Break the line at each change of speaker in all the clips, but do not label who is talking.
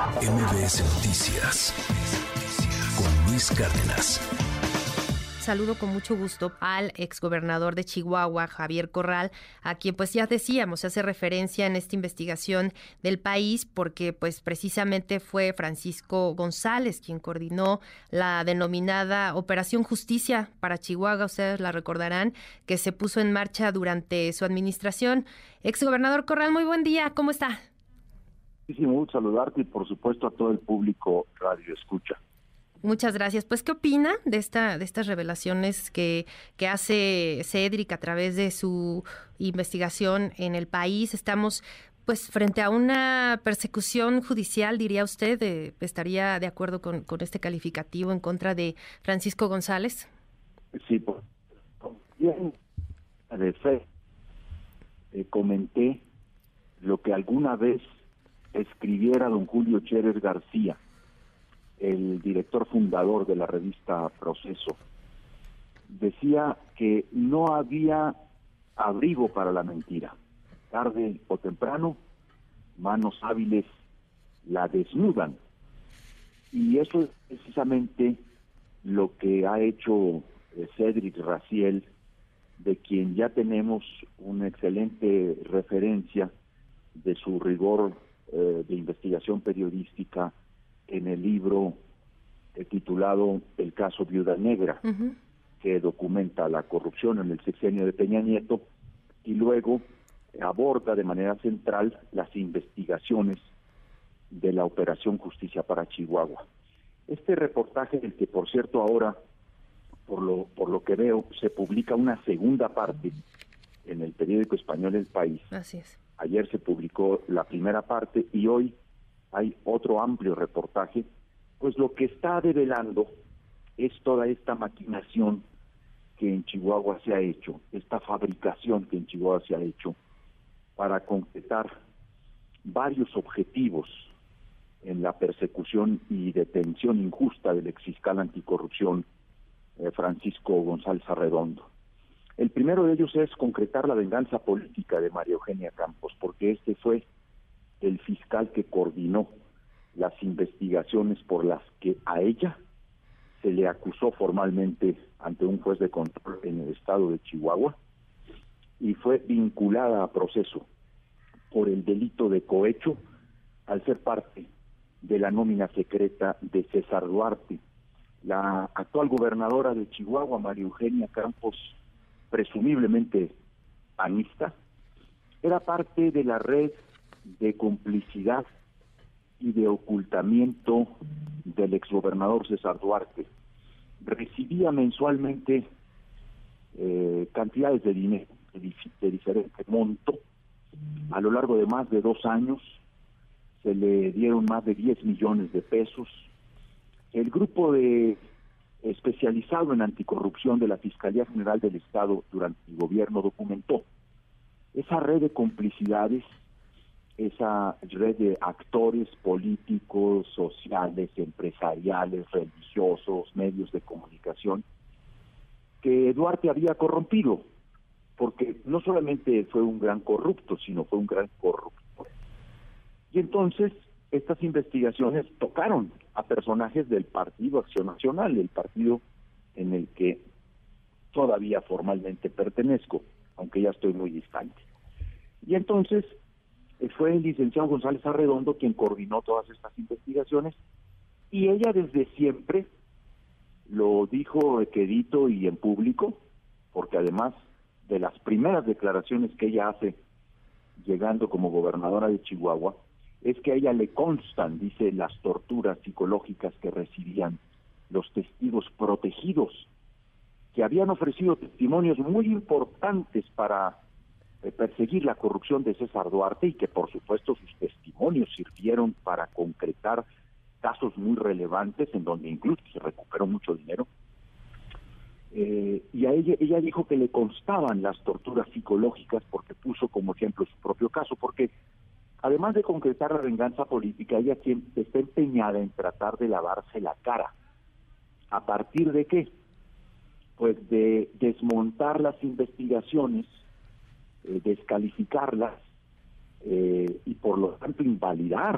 MBS Noticias con Luis Cárdenas.
Saludo con mucho gusto al exgobernador de Chihuahua, Javier Corral, a quien pues ya decíamos, hace referencia en esta investigación del país, porque pues precisamente fue Francisco González quien coordinó la denominada Operación Justicia para Chihuahua, ustedes la recordarán, que se puso en marcha durante su administración. Exgobernador Corral, muy buen día, ¿cómo está?
Muchísimo gusto saludarte y por supuesto a todo el público radio escucha.
Muchas gracias. Pues, ¿qué opina de estas revelaciones que hace Cedric a través de su investigación en el país? Estamos pues frente a una persecución judicial, diría usted. ¿Estaría de acuerdo con este calificativo en contra de Francisco González?
Sí, por bien de fe comenté lo que alguna vez escribiera don Julio Chévez García, el director fundador de la revista Proceso. Decía que no había abrigo para la mentira. Tarde o temprano, manos hábiles la desnudan. Y eso es precisamente lo que ha hecho Cedric Raziel, de quien ya tenemos una excelente referencia de su rigor de investigación periodística en el libro titulado El caso Viuda Negra, que documenta la corrupción en el sexenio de Peña Nieto y luego aborda de manera central las investigaciones de la Operación Justicia para Chihuahua. Este reportaje, del que por cierto ahora, por lo que veo, se publica una segunda parte en el periódico español El País.
Así es.
Ayer se publicó la primera parte y hoy hay otro amplio reportaje, pues lo que está develando es toda esta maquinación que en Chihuahua se ha hecho, esta fabricación que en Chihuahua se ha hecho para concretar varios objetivos en la persecución y detención injusta del exfiscal anticorrupción Francisco González Arredondo. El primero de ellos es concretar la venganza política de María Eugenia Campos, porque este fue el fiscal que coordinó las investigaciones por las que a ella se le acusó formalmente ante un juez de control en el estado de Chihuahua y fue vinculada a proceso por el delito de cohecho al ser parte de la nómina secreta de César Duarte. La actual gobernadora de Chihuahua, María Eugenia Campos, presumiblemente panista, era parte de la red de complicidad y de ocultamiento del exgobernador César Duarte. Recibía mensualmente cantidades de dinero de diferente monto. A lo largo de más de 2 años se le dieron más de 10 millones de pesos. El grupo especializado en anticorrupción de la Fiscalía General del Estado durante el gobierno documentó esa red de complicidades, esa red de actores políticos, sociales, empresariales, religiosos, medios de comunicación, que Duarte había corrompido, porque no solamente fue un gran corrupto, sino fue un gran corruptor. Y entonces estas investigaciones tocaron a personajes del Partido Acción Nacional, el partido en el que todavía formalmente pertenezco, aunque ya estoy muy distante. Y entonces fue el licenciado González Arredondo quien coordinó todas estas investigaciones y ella desde siempre lo dijo quedito y en público, porque además de las primeras declaraciones que ella hace llegando como gobernadora de Chihuahua, es que a ella le constan, dice, las torturas psicológicas que recibían los testigos protegidos, que habían ofrecido testimonios muy importantes para perseguir la corrupción de César Duarte y que por supuesto sus testimonios sirvieron para concretar casos muy relevantes en donde incluso se recuperó mucho dinero. Y a ella dijo que le constaban las torturas psicológicas porque puso como ejemplo su propio caso, porque además de concretar la venganza política, ella está empeñada en tratar de lavarse la cara. ¿A partir de qué? Pues de desmontar las investigaciones, descalificarlas y por lo tanto invalidar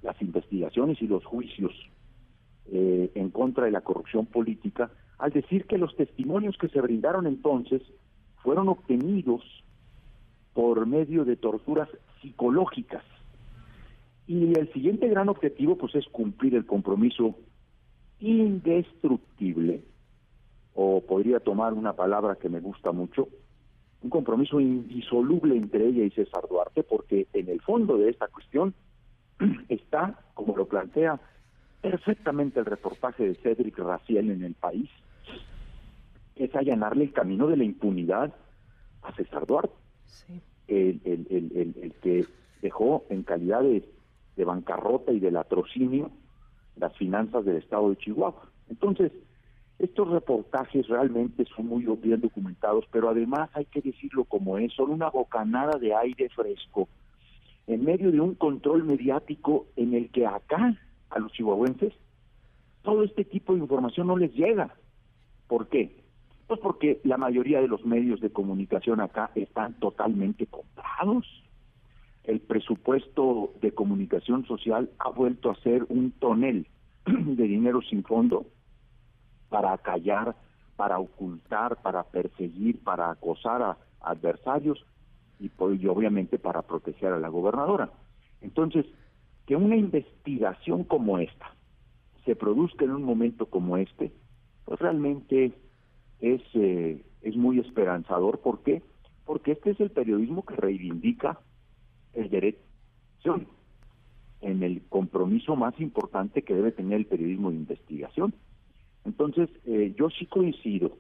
las investigaciones y los juicios en contra de la corrupción política, al decir que los testimonios que se brindaron entonces fueron obtenidos por medio de torturas psicológicas. Y el siguiente gran objetivo pues es cumplir el compromiso indestructible, o podría tomar una palabra que me gusta mucho, un compromiso indisoluble entre ella y César Duarte, porque en el fondo de esta cuestión está, como lo plantea perfectamente el reportaje de Cédric Raziel en El País, es allanarle el camino de la impunidad a César Duarte,
Sí.
el que dejó en calidad de bancarrota y de latrocinio las finanzas del estado de Chihuahua. Entonces, estos reportajes realmente son muy bien documentados, pero además hay que decirlo como es, son una bocanada de aire fresco en medio de un control mediático en el que acá, a los chihuahuenses, todo este tipo de información no les llega. ¿Por qué? Pues porque la mayoría de los medios de comunicación acá están totalmente comprados. El presupuesto de comunicación social ha vuelto a ser un tonel de dinero sin fondo para acallar, para ocultar, para perseguir, para acosar a adversarios y obviamente para proteger a la gobernadora. Entonces, que una investigación como esta se produzca en un momento como este, pues realmente es muy esperanzador. ¿Por qué? Porque este es el periodismo que reivindica el derecho en el compromiso más importante que debe tener el periodismo de investigación. Entonces, yo sí coincido,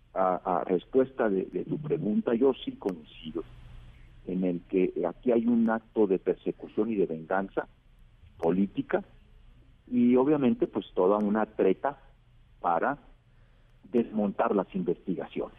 a respuesta de tu pregunta, yo sí coincido en el que aquí hay un acto de persecución y de venganza política y obviamente pues toda una treta para desmontar las investigaciones.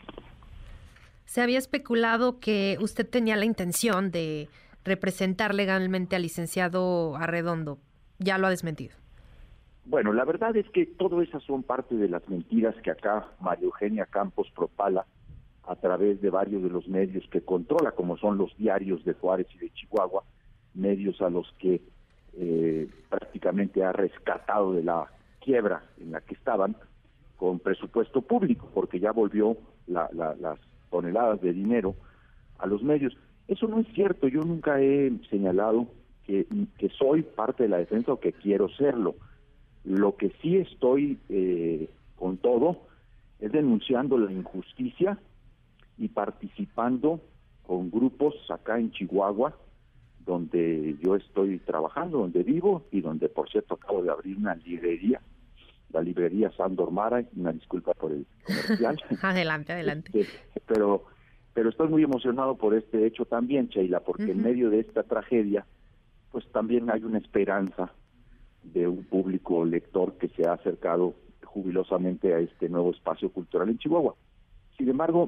Se había especulado que usted tenía la intención de representar legalmente al licenciado Arredondo. Ya lo ha desmentido.
Bueno, la verdad es que todas esas son parte de las mentiras que acá María Eugenia Campos propala a través de varios de los medios que controla, como son los diarios de Juárez y de Chihuahua, medios a los que prácticamente ha rescatado de la quiebra en la que estaban con presupuesto público, porque ya volvió las toneladas de dinero a los medios. Eso no es cierto, yo nunca he señalado que soy parte de la defensa o que quiero serlo. Lo que sí estoy con todo es denunciando la injusticia y participando con grupos acá en Chihuahua, donde yo estoy trabajando, donde vivo y donde, por cierto, acabo de abrir una librería, la librería Sándor Mara, una disculpa por el comercial.
Adelante.
Pero estoy muy emocionado por este hecho también, Sheila, porque en medio de esta tragedia, pues también hay una esperanza de un público lector que se ha acercado jubilosamente a este nuevo espacio cultural en Chihuahua. Sin embargo,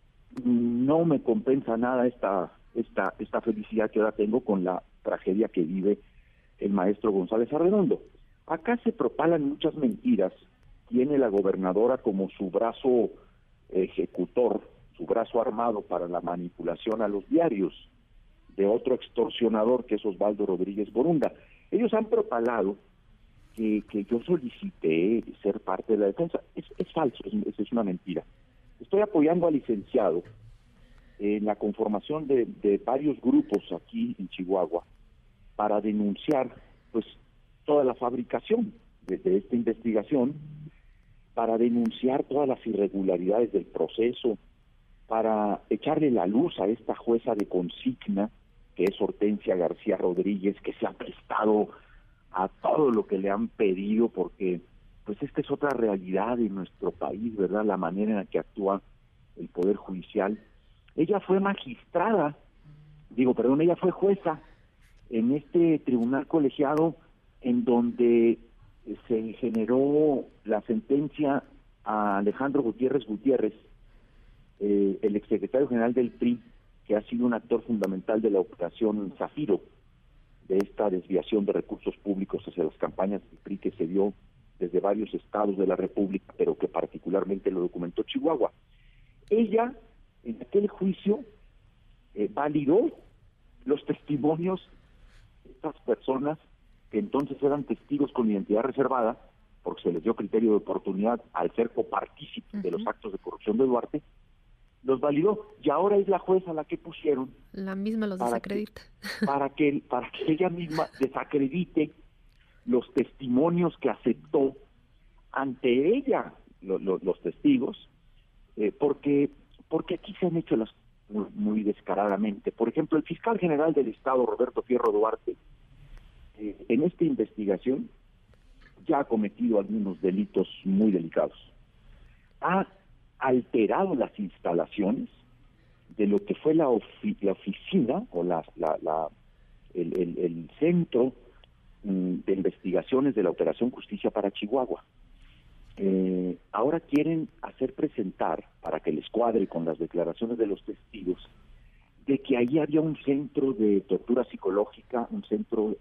no me compensa nada esta felicidad que ahora tengo con la tragedia que vive el maestro González Arredondo. Acá se propalan muchas mentiras, tiene la gobernadora como su brazo ejecutor, su brazo armado para la manipulación a los diarios de otro extorsionador que es Osvaldo Rodríguez Borunda. Ellos han propalado que yo solicité ser parte de la defensa. Es falso, es una mentira. Estoy apoyando al licenciado en la conformación de varios grupos aquí en Chihuahua para denunciar pues toda la fabricación de esta investigación, para denunciar todas las irregularidades del proceso, para echarle la luz a esta jueza de consigna que es Hortensia García Rodríguez, que se ha prestado a todo lo que le han pedido, porque pues esta es otra realidad en nuestro país, ¿verdad? La manera en la que actúa el Poder Judicial. Ella fue ella fue jueza en este tribunal colegiado en donde se generó la sentencia a Alejandro Gutiérrez, el exsecretario general del PRI, que ha sido un actor fundamental de la operación Zafiro, de esta desviación de recursos públicos hacia las campañas del PRI que se dio desde varios estados de la República, pero que particularmente lo documentó Chihuahua. Ella, en aquel juicio, validó los testimonios de estas personas que entonces eran testigos con identidad reservada, porque se les dio criterio de oportunidad al ser copartícipes de los actos de corrupción de Duarte, los validó, y ahora es la jueza la que pusieron.
La misma los desacredita.
Para que ella misma desacredite los testimonios que aceptó ante ella los testigos, porque aquí se han hecho las muy descaradamente. Por ejemplo, el fiscal general del Estado, Roberto Fierro Duarte, en esta investigación ya ha cometido algunos delitos muy delicados. Ha alterado las instalaciones de lo que fue la oficina o el centro de investigaciones de la Operación Justicia para Chihuahua. Ahora quieren hacer presentar, para que les cuadre con las declaraciones de los testigos, de que ahí había un centro de tortura psicológica, un centro,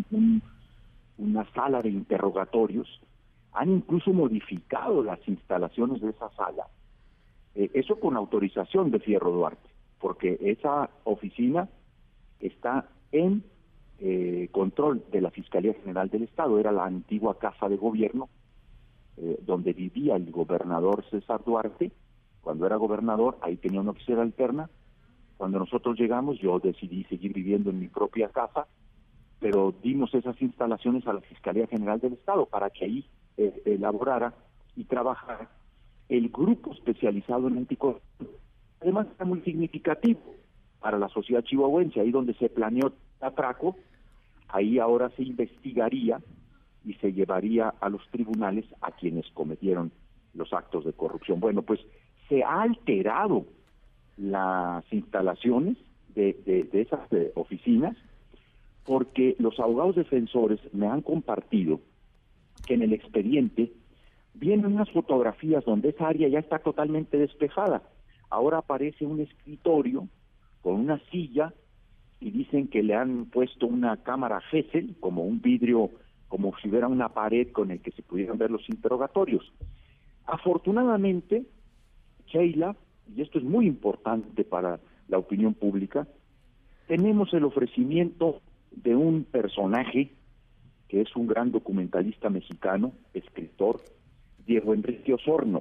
una sala de interrogatorios. Han incluso modificado las instalaciones de esa sala, eso con autorización de Fierro Duarte, porque esa oficina está en control de la Fiscalía General del Estado. Era la antigua Casa de Gobierno, donde vivía el gobernador César Duarte. Cuando era gobernador, ahí tenía una oficina alterna. Cuando nosotros llegamos, yo decidí seguir viviendo en mi propia casa, pero dimos esas instalaciones a la Fiscalía General del Estado para que ahí elaborara y trabajara el grupo especializado en anticorrupción. Además, está muy significativo para la sociedad chihuahuense. Ahí donde se planeó atraco, ahí ahora se investigaría y se llevaría a los tribunales a quienes cometieron los actos de corrupción. Bueno, pues se ha alterado las instalaciones de esas oficinas, porque los abogados defensores me han compartido que en el expediente vienen unas fotografías donde esa área ya está totalmente despejada. Ahora aparece un escritorio con una silla y dicen que le han puesto una cámara Gesell, como un vidrio, como si hubiera una pared con el que se pudieran ver los interrogatorios. Afortunadamente, Sheila, y esto es muy importante para la opinión pública, tenemos el ofrecimiento de un personaje que es un gran documentalista mexicano, escritor, Diego Enrique Osorno.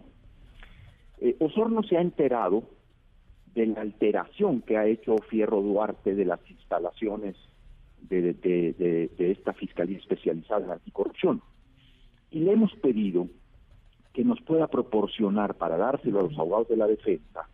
Osorno se ha enterado de la alteración que ha hecho Fierro Duarte de las instalaciones de esta Fiscalía Especializada en Anticorrupción, y le hemos pedido que nos pueda proporcionar, para dárselo a los abogados de la defensa,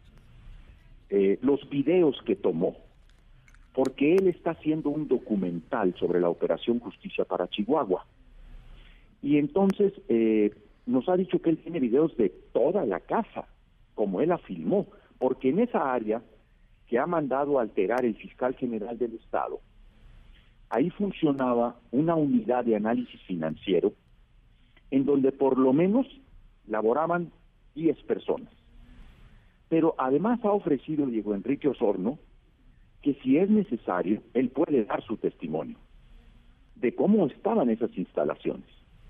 los videos que tomó, porque él está haciendo un documental sobre la Operación Justicia para Chihuahua, y entonces nos ha dicho que él tiene videos de toda la casa, como él la filmó, porque en esa área que ha mandado a alterar el fiscal general del Estado, ahí funcionaba una unidad de análisis financiero en donde por lo menos laboraban 10 personas. Pero además ha ofrecido Diego Enrique Osorno que si es necesario, él puede dar su testimonio de cómo estaban esas instalaciones.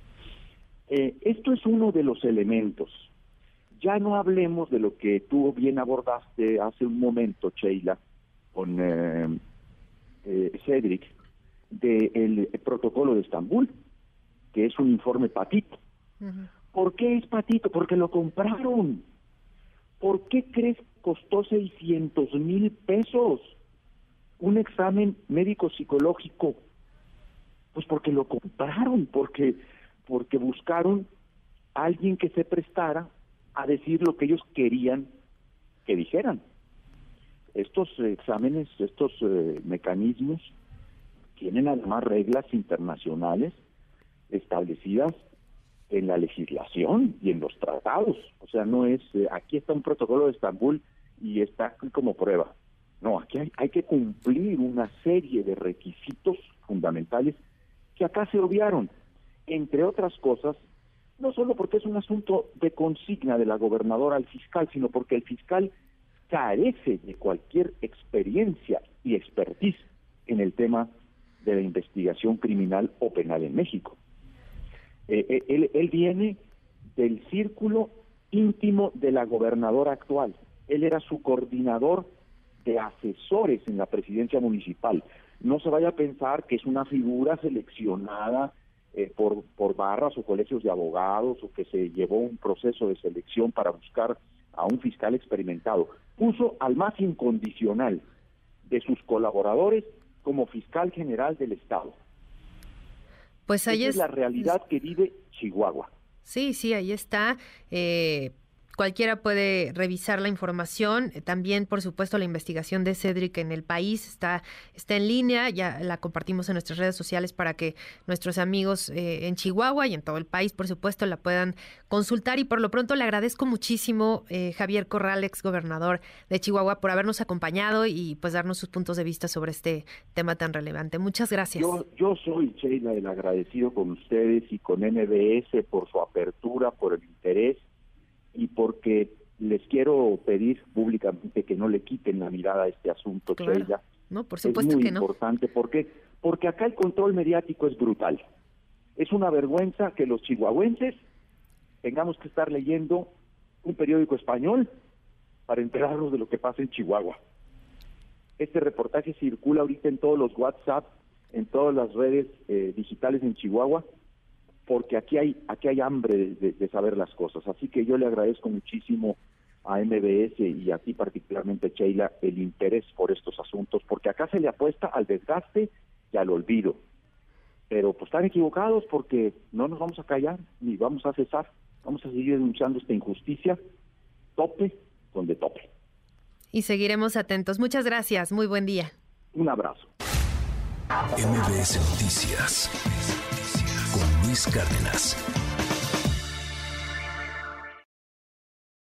Esto es uno de los elementos. Ya no hablemos de lo que tú bien abordaste hace un momento, Sheila, con Cedric, del protocolo de Estambul, que es un informe patito. Uh-huh. ¿Por qué es patito? Porque lo compraron. ¿Por qué crees que costó 600,000 pesos un examen médico-psicológico? Pues porque lo compraron, porque buscaron a alguien que se prestara a decir lo que ellos querían que dijeran. Estos exámenes, estos mecanismos tienen además reglas internacionales establecidas en la legislación y en los tratados. O sea, no es, aquí está un protocolo de Estambul y está aquí como prueba. No, aquí hay que cumplir una serie de requisitos fundamentales que acá se obviaron, entre otras cosas, no solo porque es un asunto de consigna de la gobernadora al fiscal, sino porque el fiscal carece de cualquier experiencia y expertise en el tema de la investigación criminal o penal en México. Él viene del círculo íntimo de la gobernadora actual. Él era su coordinador de asesores en la presidencia municipal. no se vaya a pensar que es una figura seleccionada por barras o colegios de abogados, o que se llevó un proceso de selección para buscar a un fiscal experimentado. Puso al más incondicional de sus colaboradores como fiscal general del Estado.
Pues ahí
Esa es la realidad que vive Chihuahua.
Sí, ahí está. Cualquiera puede revisar la información. También, por supuesto, la investigación de Cedric en el país está en línea. Ya la compartimos en nuestras redes sociales para que nuestros amigos en Chihuahua y en todo el país, por supuesto, la puedan consultar. Y por lo pronto le agradezco muchísimo, Javier Corral, exgobernador de Chihuahua, por habernos acompañado y pues darnos sus puntos de vista sobre este tema tan relevante. Muchas gracias.
Yo soy, Sheila, el agradecido con ustedes y con MBS por su apertura, por el interés, y porque les quiero pedir públicamente que no le quiten la mirada a este asunto, claro. Sheila.
No, por supuesto que no.
Es muy importante, porque acá el control mediático es brutal. Es una vergüenza que los chihuahuenses tengamos que estar leyendo un periódico español para enterarnos de lo que pasa en Chihuahua. Este reportaje circula ahorita en todos los WhatsApp, en todas las redes digitales en Chihuahua, porque aquí hay hambre de saber las cosas. Así que yo le agradezco muchísimo a MBS y a ti particularmente, Sheila, el interés por estos asuntos, porque acá se le apuesta al desgaste y al olvido. Pero pues están equivocados, porque no nos vamos a callar ni vamos a cesar. Vamos a seguir denunciando esta injusticia, tope donde tope.
Y seguiremos atentos. Muchas gracias. Muy buen día.
Un abrazo.
MBS Noticias con Luis Cárdenas.